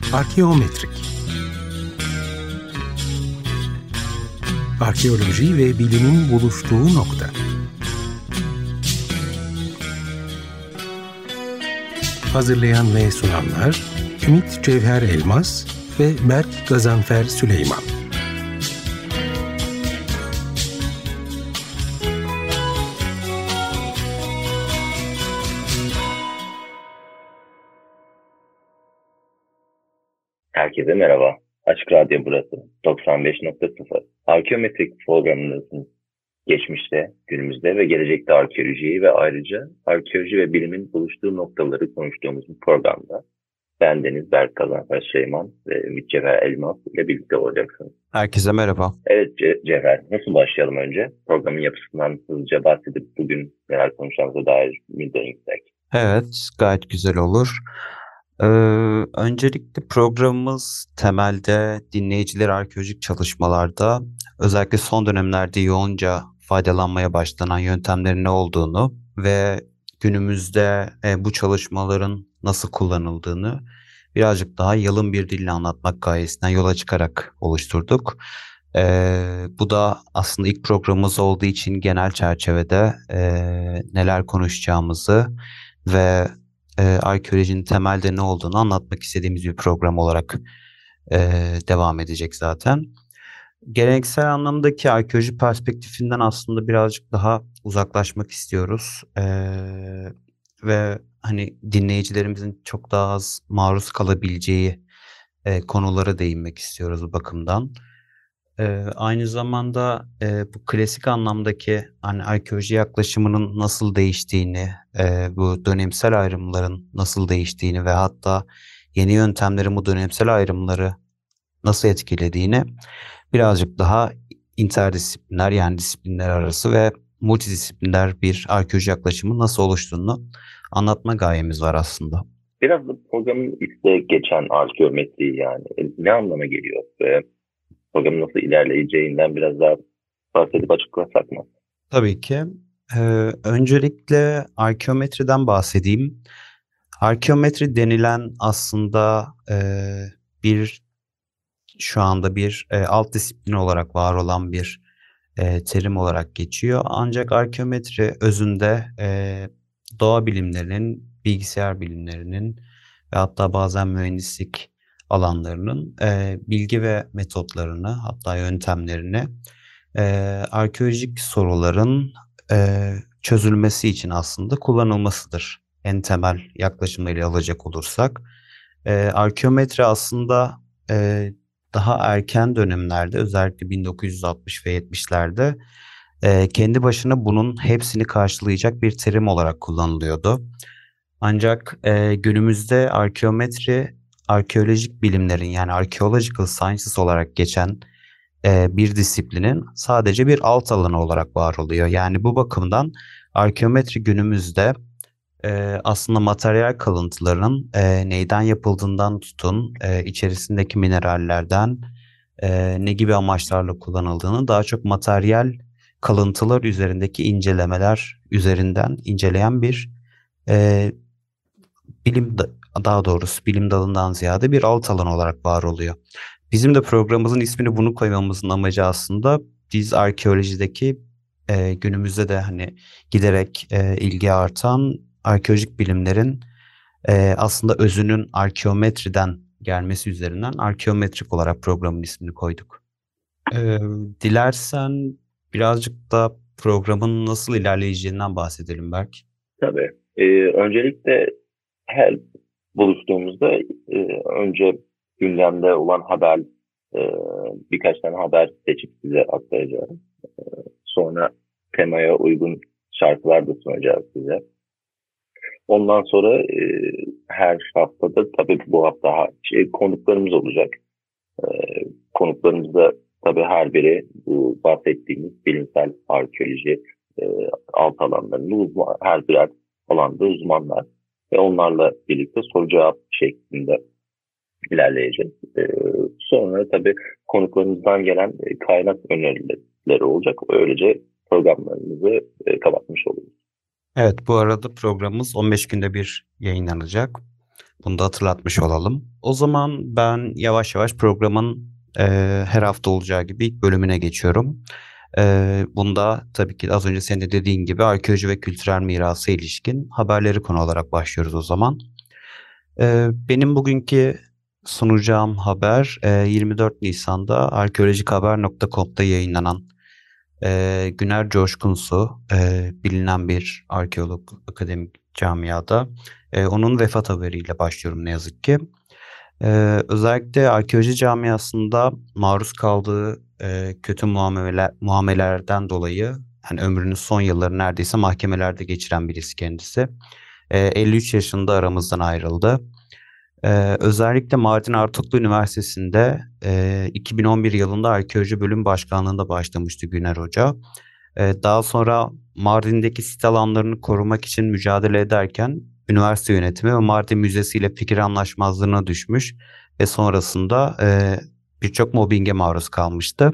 Arkeometrik. Arkeoloji ve bilimin buluştuğu nokta. Hazırlayan ve sunanlar Ümit Cevher Elmas ve Berk Gazanfer Süleyman. Herkese merhaba. Açık Radyo burası. 95.0. Arkeometrik programındasınız. Geçmişte, günümüzde ve gelecekte arkeolojiyi ve ayrıca arkeoloji ve bilimin buluştuğu noktaları konuştuğumuz bu programda bendeniz Berk Gazanfer Süleyman ve Ümit Cevher Elmas ile birlikte olacaksınız. Herkese merhaba. Evet Cevher, nasıl başlayalım önce? Programın yapısından hızlıca bahsedip bugün neler konuşacağımıza dair bir değinsek. Evet, gayet güzel olur. Öncelikle programımız temelde dinleyiciler arkeolojik çalışmalarda özellikle son dönemlerde yoğunca faydalanmaya başlanan yöntemlerin ne olduğunu ve günümüzde bu çalışmaların nasıl kullanıldığını birazcık daha yalın bir dille anlatmak gayesinden yola çıkarak oluşturduk. Bu da aslında ilk programımız olduğu için genel çerçevede neler konuşacağımızı ve arkeolojinin temelde ne olduğunu anlatmak istediğimiz bir program olarak devam edecek zaten. Geleneksel anlamdaki arkeoloji perspektifinden aslında birazcık daha uzaklaşmak istiyoruz. Ve hani dinleyicilerimizin çok daha az maruz kalabileceği konulara değinmek istiyoruz bu bakımdan. Aynı zamanda bu klasik anlamdaki hani arkeoloji yaklaşımının nasıl değiştiğini, bu dönemsel ayrımların nasıl değiştiğini ve hatta yeni yöntemlerin bu dönemsel ayrımları nasıl etkilediğini birazcık daha interdisipliner yani disiplinler arası ve multidisipliner bir arkeoloji yaklaşımı nasıl oluştuğunu anlatma gayemiz var aslında. Biraz da programın içinde geçen arkeometri yani ne anlama geliyor ve programın nasıl ilerleyeceğinden biraz daha bahsedip açıklasak mı? Tabii ki. Öncelikle arkeometriden bahsedeyim. Arkeometri denilen aslında şu anda bir alt disiplin olarak var olan bir terim olarak geçiyor. Ancak arkeometri özünde doğa bilimlerinin, bilgisayar bilimlerinin ve hatta bazen mühendislik alanlarının bilgi ve metotlarını hatta yöntemlerini arkeolojik soruların çözülmesi için aslında kullanılmasıdır. En temel yaklaşımıyla alacak olursak. Arkeometri aslında daha erken dönemlerde özellikle 1960 ve 70'lerde kendi başına bunun hepsini karşılayacak bir terim olarak kullanılıyordu. Ancak günümüzde arkeometri arkeolojik bilimlerin yani archaeological sciences olarak geçen bir disiplinin sadece bir alt alanı olarak var oluyor. Yani bu bakımdan arkeometri günümüzde aslında materyal kalıntıların neyden yapıldığından tutun, içerisindeki minerallerden ne gibi amaçlarla kullanıldığını daha çok materyal kalıntılar üzerindeki incelemeler üzerinden inceleyen bir bilim dalından ziyade bir alt alan olarak var oluyor. Bizim de programımızın ismini bunu koymamızın amacı aslında biz arkeolojideki günümüzde de hani giderek ilgi artan arkeolojik bilimlerin aslında özünün arkeometriden gelmesi üzerinden arkeometrik olarak programın ismini koyduk. Dilersen birazcık da programın nasıl ilerleyeceğinden bahsedelim Berk. Tabii. Öncelikle her buluştuğumuzda önce gündemde olan haber, birkaç tane haber seçip size aktaracağım. Sonra temaya uygun şarkılar da sunacağız size. Ondan sonra her haftada tabii bu hafta konuklarımız olacak. Konuklarımız da tabii her biri bu bahsettiğimiz bilimsel arkeoloji alt alanlarında her birer alanda uzmanlar ve onlarla birlikte soru cevap şeklinde ilerleyeceğiz. Sonra tabii konuklarımızdan gelen kaynak önerileri olacak. Öylece programlarımızı kapatmış oluruz. Evet, bu arada programımız 15 günde bir yayınlanacak. Bunu da hatırlatmış olalım. O zaman ben yavaş yavaş programın her hafta olacağı gibi ilk bölümüne geçiyorum. Bunda tabii ki az önce senin de dediğin gibi arkeoloji ve kültürel mirasa ilişkin haberleri konu olarak başlıyoruz o zaman. Benim bugünkü sunacağım haber 24 Nisan'da arkeolojikhaber.com'da yayınlanan Güner Coşkunsu, bilinen bir arkeolog akademik camiada. Onun vefat haberiyle başlıyorum ne yazık ki. Özellikle arkeoloji camiasında maruz kaldığı kötü muamelelerden dolayı hani ömrünün son yılları neredeyse mahkemelerde geçiren birisi kendisi. 53 yaşında aramızdan ayrıldı. Özellikle Mardin Artuklu Üniversitesi'nde 2011 yılında arkeoloji bölüm başkanlığında başlamıştı Güner Hoca. Daha sonra Mardin'deki sit alanlarını korumak için mücadele ederken üniversite yönetimi ve Mardin Müzesi ile fikir anlaşmazlığına düşmüş ve sonrasında birçok mobbinge maruz kalmıştı.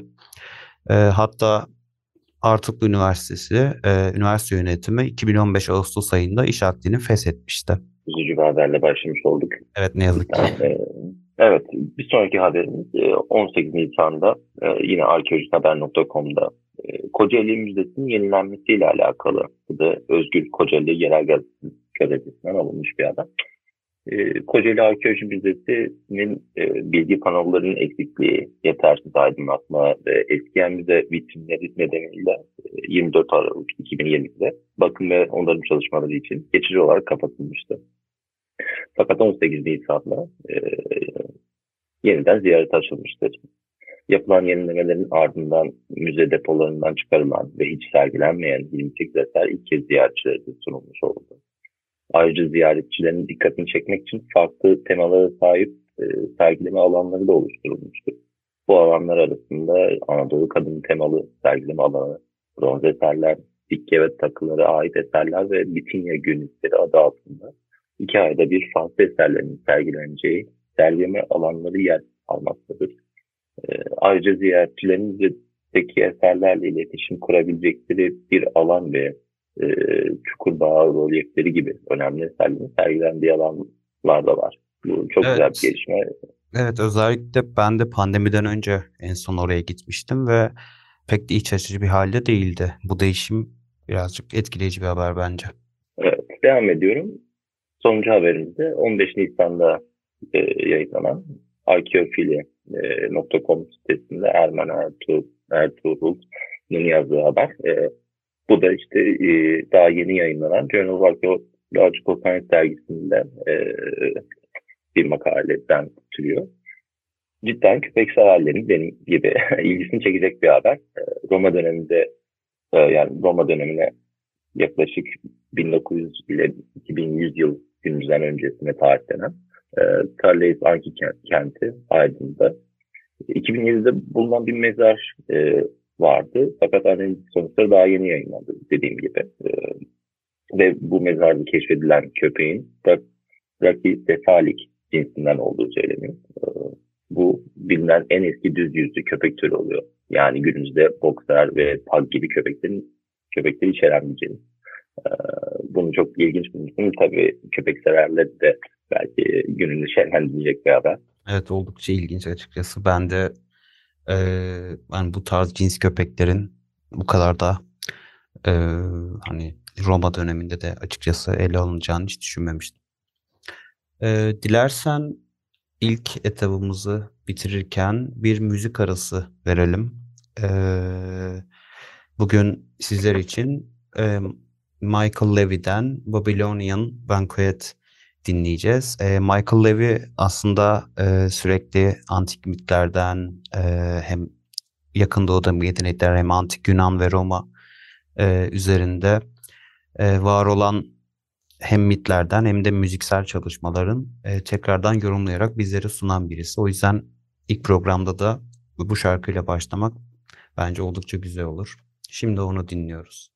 Hatta Artuklu Üniversitesi, üniversite yönetimi 2015 Ağustos ayında iş akdini feshetmişti. Üzücü bir haberle başlamış olduk. Evet, ne yazık ki. Evet, bir sonraki haberimiz 18 Nisan'da yine arkeolojikhaber.com'da Kocaeli Müzesi'nin yenilenmesiyle alakalı. Bu da Özgür Kocaeli Yerel Gazetesi'nden alınmış bir haber. Kocaeli Arkeoloji Müzesi'nin bilgi panolarının eksikliği, yetersiz aydınlatma ve eskiyen müze vitrinleri nedeniyle 24 Aralık 2020'de bakım ve onarım çalışmaları için geçici olarak kapatılmıştı. Fakat 18 Nisan'da yeniden ziyaret açılmıştır. Yapılan yenilemelerin ardından müze depolarından çıkarılan ve hiç sergilenmeyen 28 eser ilk kez ziyaretçilere sunulmuş oldu. Ayrıca ziyaretçilerin dikkatini çekmek için farklı temalara sahip sergileme alanları da oluşturulmuştur. Bu alanlar arasında Anadolu Kadın temalı sergileme alanı, bronz eserler, dikke ve takılara ait eserler ve Bitinya Günlükleri adı altında 2 ayda bir farklı eserlerin sergileneceği sergileme alanları yer almaktadır. Ayrıca ziyaretçilerin müzedeki eserlerle iletişim kurabilecekleri bir alan ve Çukurbağ rolyefleri gibi önemli eserlerin sergilendiği alanlar da var. Bu çok güzel bir gelişme. Evet, özellikle ben de pandemiden önce en son oraya gitmiştim ve pek de iç açıcı bir halde değildi. Bu değişim birazcık etkileyici bir haber bence. Evet, devam ediyorum. Sonuncu haberimizde 15 Nisan'da yayınlanan arkeofili.com sitesinde Ermen Ertuğrul'un yazdığı haber. Bu da işte daha yeni yayınlanan Journal of Archaeological Science dergisinde bir makaleden tutuluyor. Cidden köpek severlerin benim gibi ilgisini çekecek bir haber. Roma döneminde yani Roma dönemine yaklaşık 1900 ile 2100 yıl günümüzden öncesine tarihlenen Carleis Anki kenti Aydın'da 2007'de bulunan bir mezar vardı. Fakat analiz sonuçları daha yeni yayınlandı dediğim gibi. Ve bu mezarda keşfedilen köpeğin Brachycephalic cinsinden olduğu söyleniyor. Bu bilinen en eski düz yüzlü köpek türü oluyor. Yani günümüzde boxer ve pug gibi köpekleri içeren bir cins. Bunu çok ilginç bulmuştum. Tabii köpek severler de belki gününü şenlendirecek bir haber. Evet, oldukça ilginç açıkçası. Ben de yani bu tarz cins köpeklerin bu kadar da hani Roma döneminde de açıkçası ele alınacağını hiç düşünmemiştim. Dilersen ilk etabımızı bitirirken bir müzik arası verelim. Bugün sizler için Michael Levy'den Babylonian Banquet dinleyeceğiz. Michael Levy aslında sürekli antik mitlerden hem Yakın Doğu'da medeniyetler hem antik Yunan ve Roma üzerinde var olan hem mitlerden hem de müziksel çalışmaların tekrardan yorumlayarak bizlere sunan birisi. O yüzden ilk programda da bu şarkıyla başlamak bence oldukça güzel olur. Şimdi onu dinliyoruz.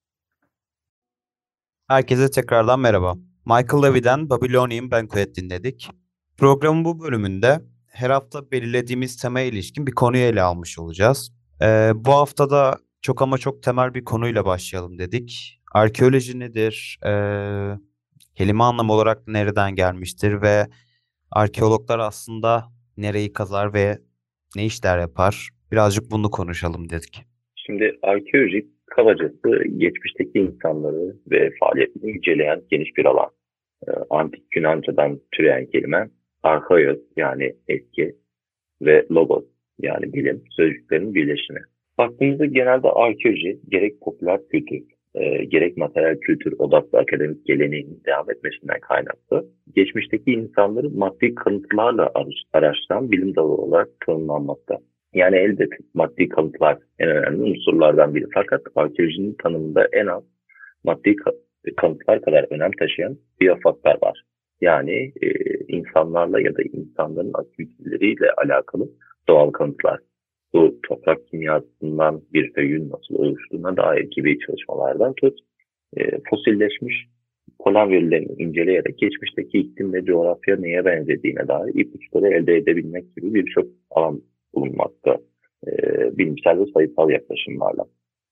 Herkese tekrardan merhaba. Michael Levy'den Babylonian Banquet dinledik. Programın bu bölümünde her hafta belirlediğimiz temaya ilişkin bir konuyu ele almış olacağız. Bu hafta da çok temel bir konuyla başlayalım dedik. Arkeoloji nedir? kelime anlamı olarak nereden gelmiştir ve arkeologlar aslında nereyi kazar ve ne işler yapar? Birazcık bunu konuşalım dedik. Şimdi arkeoloji kabacası geçmişteki insanları ve faaliyetini inceleyen geniş bir alan. Antik Yunanca'dan türeyen kelime archaios yani eski ve logos yani bilim sözcüklerinin birleşimi. Baktığımızda genelde arkeoloji gerek popüler kültür, gerek materyal kültür odaklı akademik geleneğin devam etmesinden kaynaklı geçmişteki insanları maddi kanıtlarla araştıran bilim dalı olarak tanımlanmakta. Yani elbette maddi kanıtlar en önemli unsurlardan biri. Fakat arkeolojinin tanımında en az maddi kanıtlar kadar önem taşıyan biyofaktlar var. Yani insanlarla ya da insanların aktiviteleriyle alakalı doğal kanıtlar. Bu toprak kimyasından bir höyüğün nasıl oluştuğuna dair gibi çalışmalardan tut, fosilleşmiş polen verilerini inceleyerek geçmişteki iklim ve coğrafya neye benzediğine dair ipuçları elde edebilmek gibi birçok alan bulunmakta bilimsel ve sayısal yaklaşımlarla.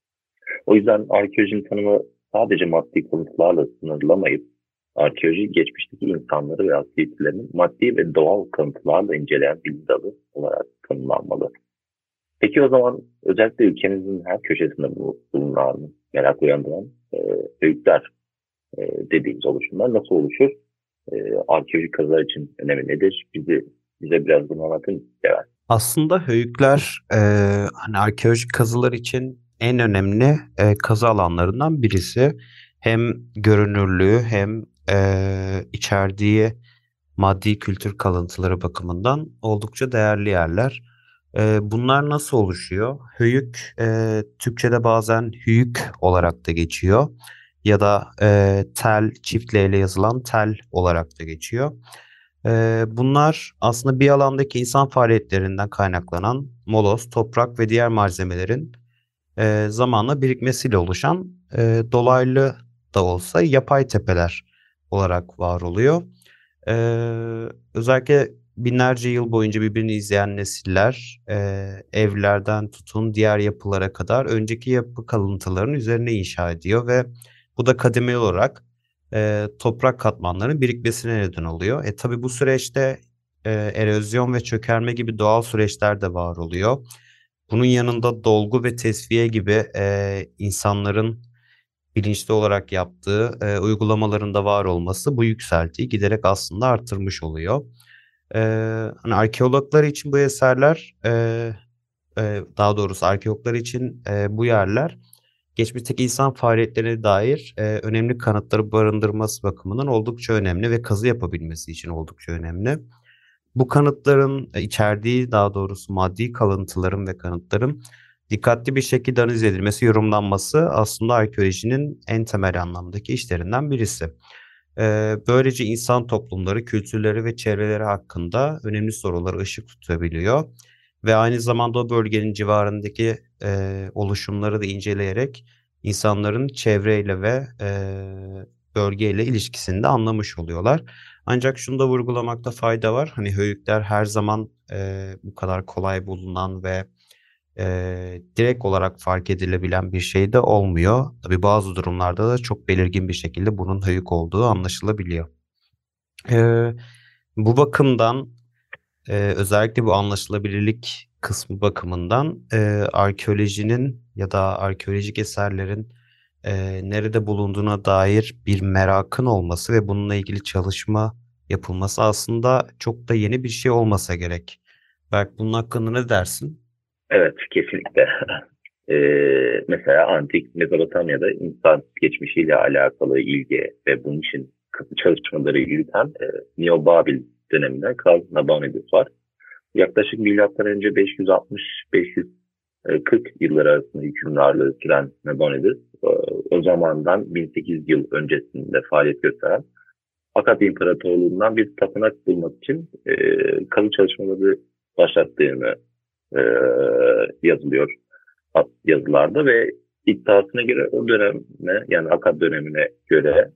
O yüzden arkeolojinin tanımı sadece maddi kanıtlarla sınırlamayıp arkeoloji geçmişteki insanları ve aktivitelerini maddi ve doğal kanıtlarla inceleyen bilim dalı olarak tanımlanmalı. Peki o zaman özellikle ülkemizin her köşesinde bulunan, merak uyandıran höyükler dediğimiz oluşumlar nasıl oluşur? Arkeolojik kazılar için önemi nedir? Bize biraz bunu anlatın. Evet. Aslında höyükler hani arkeolojik kazılar için en önemli kazı alanlarından birisi. Hem görünürlüğü hem içerdiği maddi kültür kalıntıları bakımından oldukça değerli yerler. Bunlar nasıl oluşuyor? Höyük Türkçe'de bazen hüyük olarak da geçiyor ya da tel çift L ile yazılan tel olarak da geçiyor. Bunlar aslında bir alandaki insan faaliyetlerinden kaynaklanan moloz, toprak ve diğer malzemelerin zamanla birikmesiyle oluşan dolaylı da olsa yapay tepeler olarak var oluyor. Özellikle binlerce yıl boyunca birbirini izleyen nesiller evlerden tutun diğer yapılara kadar önceki yapı kalıntılarının üzerine inşa ediyor ve bu da kademeli olarak toprak katmanlarının birikmesine neden oluyor. Tabii bu süreçte erozyon ve çökerme gibi doğal süreçler de var oluyor. Bunun yanında dolgu ve tesviye gibi insanların bilinçli olarak yaptığı uygulamalarında var olması bu yükseltiyi giderek aslında artırmış oluyor. Hani arkeologlar için bu eserler, daha doğrusu arkeologlar için bu yerler geçmişteki insan faaliyetlerine dair önemli kanıtları barındırması bakımından oldukça önemli ve kazı yapabilmesi için oldukça önemli. Bu kanıtların içerdiği daha doğrusu maddi kalıntıların ve kanıtların dikkatli bir şekilde analiz edilmesi, yorumlanması aslında arkeolojinin en temel anlamdaki işlerinden birisi. Böylece insan toplumları, kültürleri ve çevreleri hakkında önemli sorulara ışık tutabiliyor. Ve aynı zamanda o bölgenin civarındaki oluşumları da inceleyerek insanların çevreyle ve bölgeyle ilişkisini de anlamış oluyorlar. Ancak şunu da vurgulamakta fayda var. Hani höyükler her zaman bu kadar kolay bulunan ve direkt olarak fark edilebilen bir şey de olmuyor. Tabii bazı durumlarda da çok belirgin bir şekilde bunun höyük olduğu anlaşılabiliyor. Bu bakımdan özellikle bu anlaşılabilirlik kısmı bakımından arkeolojinin ya da arkeolojik eserlerin nerede bulunduğuna dair bir merakın olması ve bununla ilgili çalışma yapılması aslında çok da yeni bir şey olmasa gerek. Berk, bunun hakkında ne dersin? Evet, kesinlikle. Mesela antik Mezopotamya'da insan geçmişiyle alakalı ilgi ve bunun için çalışmaları yürüten Neo-Babil döneminden Kral Nabonidus var. Yaklaşık M.Ö. 560-540 yılları arasında hükümdarlığı süren Nabonidus, o zamandan 1800 yıl öncesinde faaliyet gösteren Akkad İmparatorluğu'ndan bir tapınak bulmak için kazı çalışmaları başlattığını yazılıyor yazılarda ve iddiasına göre o döneme yani Akkad dönemine göre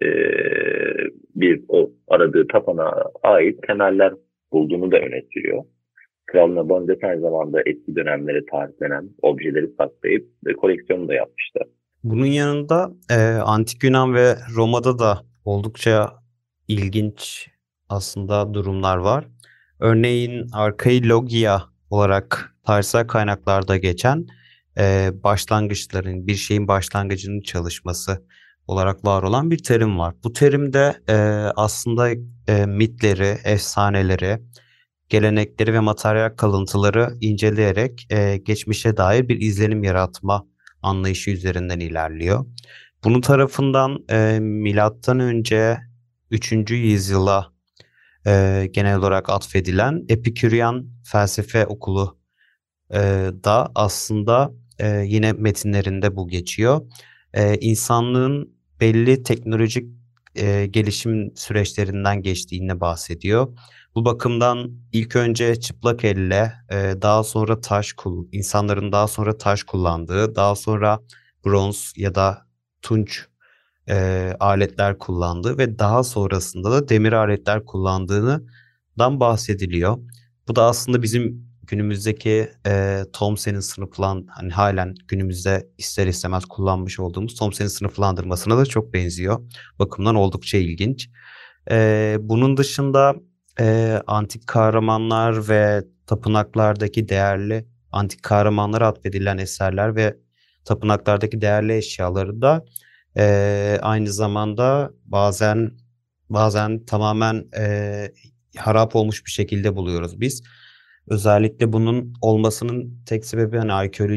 bir o aradığı tapınağa ait temeller bulduğunu da öne sürüyor. Kral Nabonidus aynı zamanda eski dönemlere tarihlenen objeleri saklayıp koleksiyonu da yapmıştı. Bunun yanında Antik Yunan ve Roma'da da oldukça ilginç aslında durumlar var. Örneğin arkeolojiya olarak tarihsel kaynaklarda geçen başlangıçların, bir şeyin başlangıcının çalışması olarak var olan bir terim var. Bu terimde aslında mitleri, efsaneleri, gelenekleri ve materyal kalıntıları inceleyerek geçmişe dair bir izlenim yaratma anlayışı üzerinden ilerliyor. Bunun tarafından milattan önce 3. yüzyıla genel olarak atfedilen Epiküryan felsefe okulu da aslında yine metinlerinde bu geçiyor. İnsanlığın belli teknolojik gelişim süreçlerinden geçtiğini bahsediyor. Bu bakımdan ilk önce çıplak elle, daha sonra insanların daha sonra taş kullandığı, daha sonra bronz ya da tunç aletler kullandığı ve daha sonrasında da demir aletler kullandığından bahsediliyor. Bu da aslında bizim günümüzdeki Thomson'un hani halen günümüzde ister istemez kullanmış olduğumuz Thomson'un sınıflandırmasına da çok benziyor. Bakımdan oldukça ilginç. Bunun dışında antik kahramanlar ve tapınaklardaki değerli antik kahramanlara atfedilen eserler ve tapınaklardaki değerli eşyaları da aynı zamanda bazen tamamen harap olmuş bir şekilde buluyoruz biz. Özellikle bunun olmasının tek sebebi hani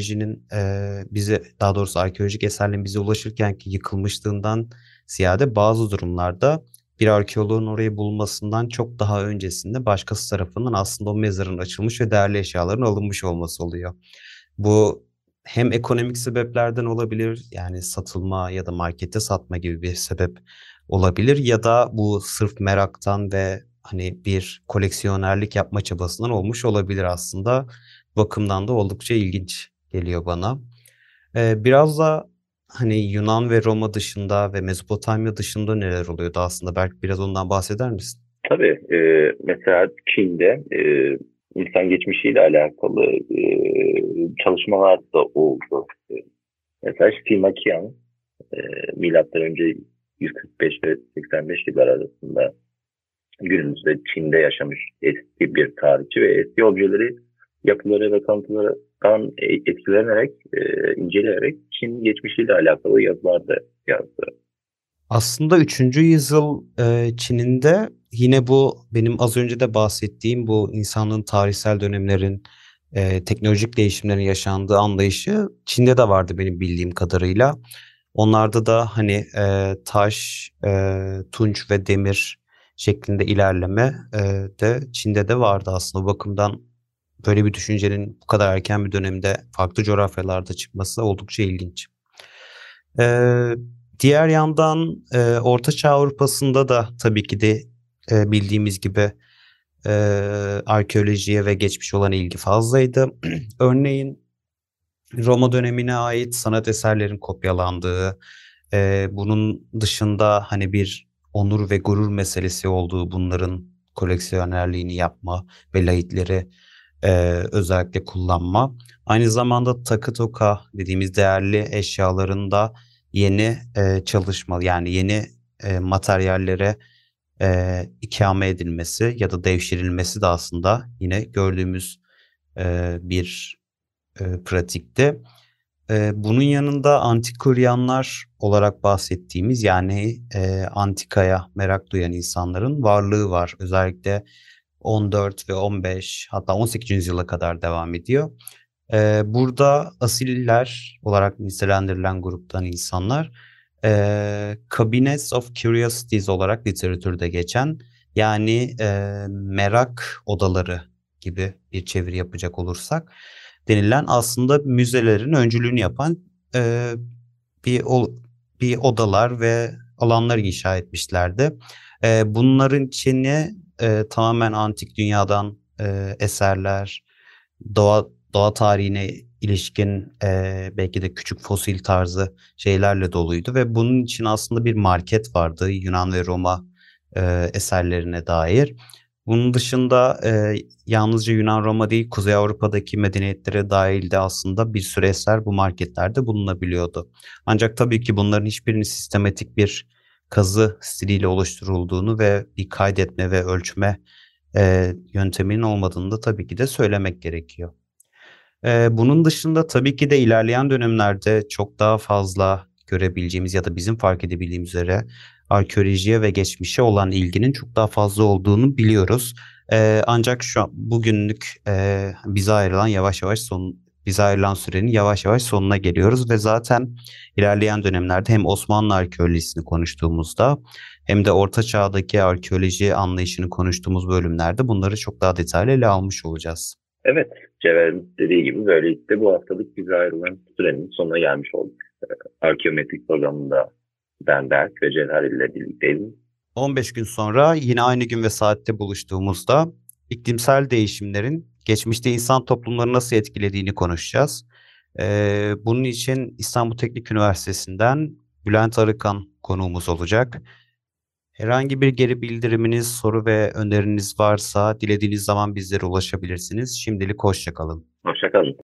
daha doğrusu arkeolojik eserlerin bize ulaşırken ki yıkılmışlığından ziyade bazı durumlarda bir arkeoloğun orayı bulmasından çok daha öncesinde başkası tarafından aslında o mezarın açılmış ve değerli eşyaların alınmış olması oluyor. Bu hem ekonomik sebeplerden olabilir, yani satılma ya da markete satma gibi bir sebep olabilir, ya da bu sırf meraktan ve hani bir koleksiyonerlik yapma çabasından olmuş olabilir aslında. Bakımdan da oldukça ilginç geliyor bana. Biraz da hani Yunan ve Roma dışında ve Mezopotamya dışında neler oluyordu aslında? Belki biraz ondan bahseder misin? Tabii. Mesela Çin'de insan geçmişiyle alakalı çalışmalar da oldu. Mesela Stimakian milattan önce 145 ve 85 yıllar arasında günümüzde Çin'de yaşamış eski bir tarihçi ve eski objeleri, yapıları ve kanıtlardan etkilenerek, inceleyerek Çin geçmişiyle alakalı yazılar da yazdı. Aslında 3. yüzyıl Çin'inde yine bu benim az önce de bahsettiğim bu insanlığın tarihsel dönemlerin teknolojik değişimlerin yaşandığı anlayışı Çin'de de vardı benim bildiğim kadarıyla. Onlarda da hani taş, tunç ve demir şeklinde ilerleme de Çin'de de vardı aslında. Bu bakımdan böyle bir düşüncenin bu kadar erken bir dönemde farklı coğrafyalarda çıkması oldukça ilginç. Diğer yandan Orta Çağ Avrupa'sında da tabii ki de bildiğimiz gibi arkeolojiye ve geçmiş olan ilgi fazlaydı. Örneğin Roma dönemine ait sanat eserlerin kopyalandığı, bunun dışında hani bir onur ve gurur meselesi olduğu, bunların koleksiyonerliğini yapma ve lahitleri özellikle kullanma. Aynı zamanda takı toka dediğimiz değerli eşyalarında yeni çalışma, yani yeni materyallere ikame edilmesi ya da devşirilmesi de aslında yine gördüğümüz bir pratikte. Bunun yanında antikuryanlar olarak bahsettiğimiz, yani antikaya merak duyan insanların varlığı var. Özellikle 14 ve 15 hatta 18. yüzyıla kadar devam ediyor. Burada asiller olarak nitelendirilen gruptan insanlar Cabinets of Curiosities olarak literatürde geçen, yani merak odaları gibi bir çeviri yapacak olursak denilen aslında müzelerin öncülüğünü yapan bir odalar ve alanlar inşa etmişlerdi. Bunların içine tamamen antik dünyadan eserler, doğa tarihine ilişkin belki de küçük fosil tarzı şeylerle doluydu ve bunun için aslında bir market vardı Yunan ve Roma eserlerine dair. Bunun dışında yalnızca Yunan Roma değil, Kuzey Avrupa'daki medeniyetlere dahil de aslında bir sürü eser bu marketlerde bulunabiliyordu. Ancak tabii ki bunların hiçbirinin sistematik bir kazı stiliyle oluşturulduğunu ve bir kaydetme ve ölçme yönteminin olmadığını da tabii ki de söylemek gerekiyor. Bunun dışında tabii ki de ilerleyen dönemlerde çok daha fazla görebileceğimiz ya da bizim fark edebildiğimiz üzere arkeolojiye ve geçmişe olan ilginin çok daha fazla olduğunu biliyoruz. Ancak şu an bugünlük bize ayrılan sürenin yavaş yavaş sonuna geliyoruz ve zaten ilerleyen dönemlerde hem Osmanlı arkeolojisini konuştuğumuzda hem de Orta Çağ'daki arkeoloji anlayışını konuştuğumuz bölümlerde bunları çok daha detaylı ele almış olacağız. Evet, Cevher'in dediği gibi böylelikle bu haftalık bize ayrılan sürenin sonuna gelmiş olduk. Arkeometrik programında ben Berk ve Cevher ile birlikteydim. 15 gün sonra yine aynı gün ve saatte buluştuğumuzda iklimsel değişimlerin geçmişte insan toplumları nasıl etkilediğini konuşacağız. Bunun için İstanbul Teknik Üniversitesi'nden Bülent Arıkan konuğumuz olacak. Herhangi bir geri bildiriminiz, soru ve öneriniz varsa dilediğiniz zaman bizlere ulaşabilirsiniz. Şimdilik hoşça kalın. Hoşça kalın.